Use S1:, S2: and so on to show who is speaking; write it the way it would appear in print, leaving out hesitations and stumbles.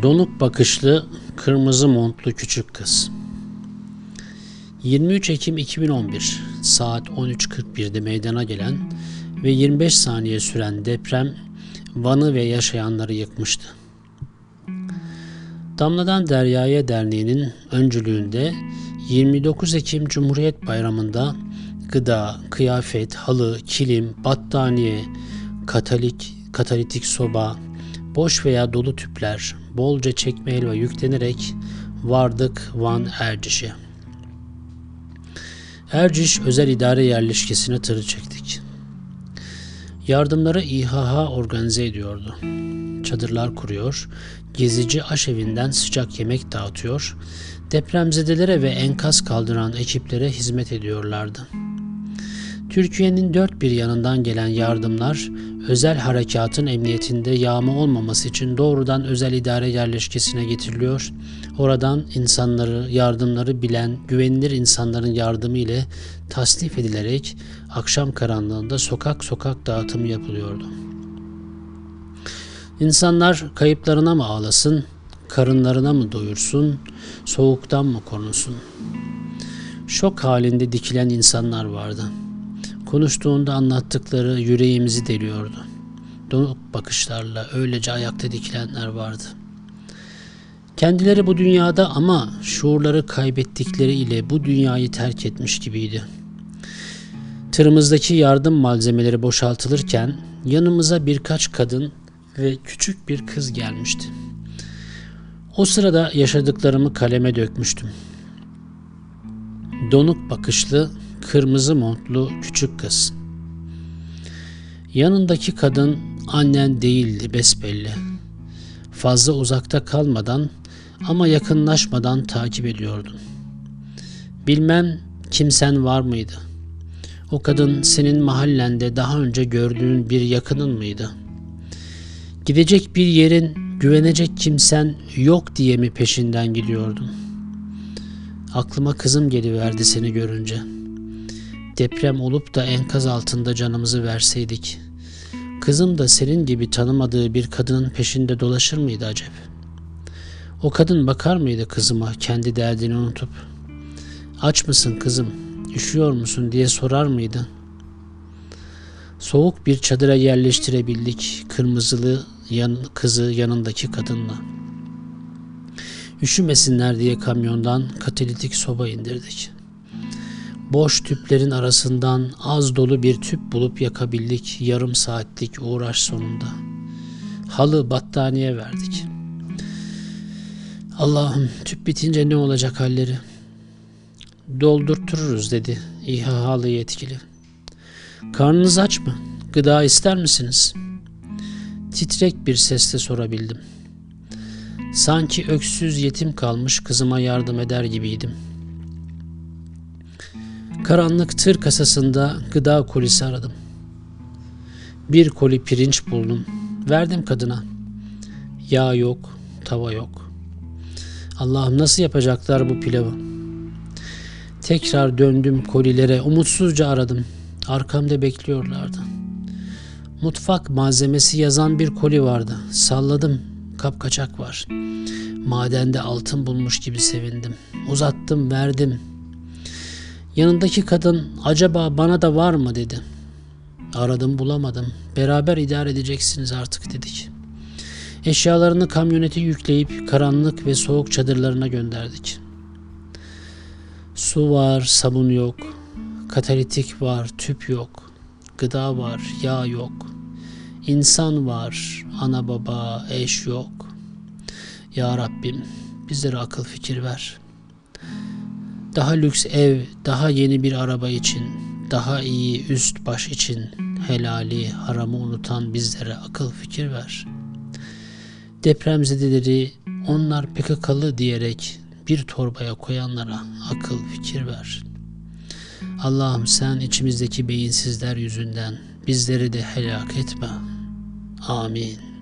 S1: Donuk bakışlı, kırmızı montlu küçük kız. 23 Ekim 2011 saat 13.41'de meydana gelen ve 25 saniye süren deprem Van'ı ve yaşayanları yıkmıştı. Damladan Derya'ya Derneği'nin öncülüğünde 29 Ekim Cumhuriyet Bayramı'nda gıda, kıyafet, halı, kilim, battaniye, katalitik soba, boş veya dolu tüpler, bolca çekme helva yüklenerek vardık Van Erciş'e. Erciş özel idare yerleşkesine tırı çektik. Yardımları İHH organize ediyordu. Çadırlar kuruyor, gezici aşevinden sıcak yemek dağıtıyor, depremzedelere ve enkaz kaldıran ekiplere hizmet ediyorlardı. Türkiye'nin dört bir yanından gelen yardımlar, özel harekatın emniyetinde yağma olmaması için doğrudan özel idare yerleşkesine getiriliyor. Oradan yardımları bilen, güvenilir insanların yardımı ile tasnif edilerek akşam karanlığında sokak sokak dağıtımı yapılıyordu. İnsanlar kayıplarına mı ağlasın, karınlarına mı doyursun, soğuktan mı korunsun? Şok halinde dikilen insanlar vardı. Konuştuğunda anlattıkları yüreğimizi deliyordu. Donuk bakışlarla öylece ayakta dikilenler vardı. Kendileri bu dünyada ama şuurları kaybettikleri ile bu dünyayı terk etmiş gibiydi. Tırımızdaki yardım malzemeleri boşaltılırken yanımıza birkaç kadın ve küçük bir kız gelmişti. O sırada yaşadıklarımı kaleme dökmüştüm. Donuk bakışlı, kırmızı montlu küçük kız. Yanındaki kadın annen değildi besbelli. Fazla uzakta kalmadan ama yakınlaşmadan takip ediyordun. Bilmem kimsen var mıydı? O kadın senin mahallende daha önce gördüğün bir yakının mıydı? Gidecek bir yerin, güvenecek kimsen yok diye mi peşinden gidiyordun? Aklıma kızım geliverdi seni görünce. Deprem olup da enkaz altında canımızı verseydik, kızım da senin gibi tanımadığı bir kadının peşinde dolaşır mıydı acep? O kadın bakar mıydı kızıma kendi derdini unutup? Aç mısın kızım, üşüyor musun diye sorar mıydı? Soğuk bir çadıra yerleştirebildik kırmızılı kızı yanındaki kadınla. Üşümesinler diye kamyondan katalitik soba indirdik. Boş tüplerin arasından az dolu bir tüp bulup yakabildik yarım saatlik uğraş sonunda. Halı, battaniye verdik. Allah'ım tüp bitince ne olacak halleri? Doldurtururuz dedi İHH'lı yetkili. Karnınız aç mı? Gıda ister misiniz? Titrek bir sesle sorabildim. Sanki öksüz yetim kalmış kızıma yardım eder gibiydim. Karanlık tır kasasında gıda kolisi aradım. Bir koli pirinç buldum. Verdim kadına. Yağ yok, tava yok. Allah'ım nasıl yapacaklar bu pilavı? Tekrar döndüm kolilere, umutsuzca aradım. Arkamda bekliyorlardı. Mutfak malzemesi yazan bir koli vardı. Salladım, kapkaçak var. Madende altın bulmuş gibi sevindim. Uzattım, verdim. Yanındaki kadın acaba bana da var mı dedi. Aradım bulamadım. Beraber idare edeceksiniz artık dedik. Eşyalarını kamyonete yükleyip karanlık ve soğuk çadırlarına gönderdik. Su var, sabun yok. Katalitik var, tüp yok. Gıda var, yağ yok. İnsan var, ana baba, eş yok. Ya Rabbim bizlere akıl fikir ver. Daha lüks ev, daha yeni bir araba için, daha iyi üst baş için helali, haramı unutan bizlere akıl fikir ver. Depremzedeleri onlar PKK'lı diyerek bir torbaya koyanlara akıl fikir ver. Allah'ım sen içimizdeki beyinsizler yüzünden bizleri de helak etme. Amin.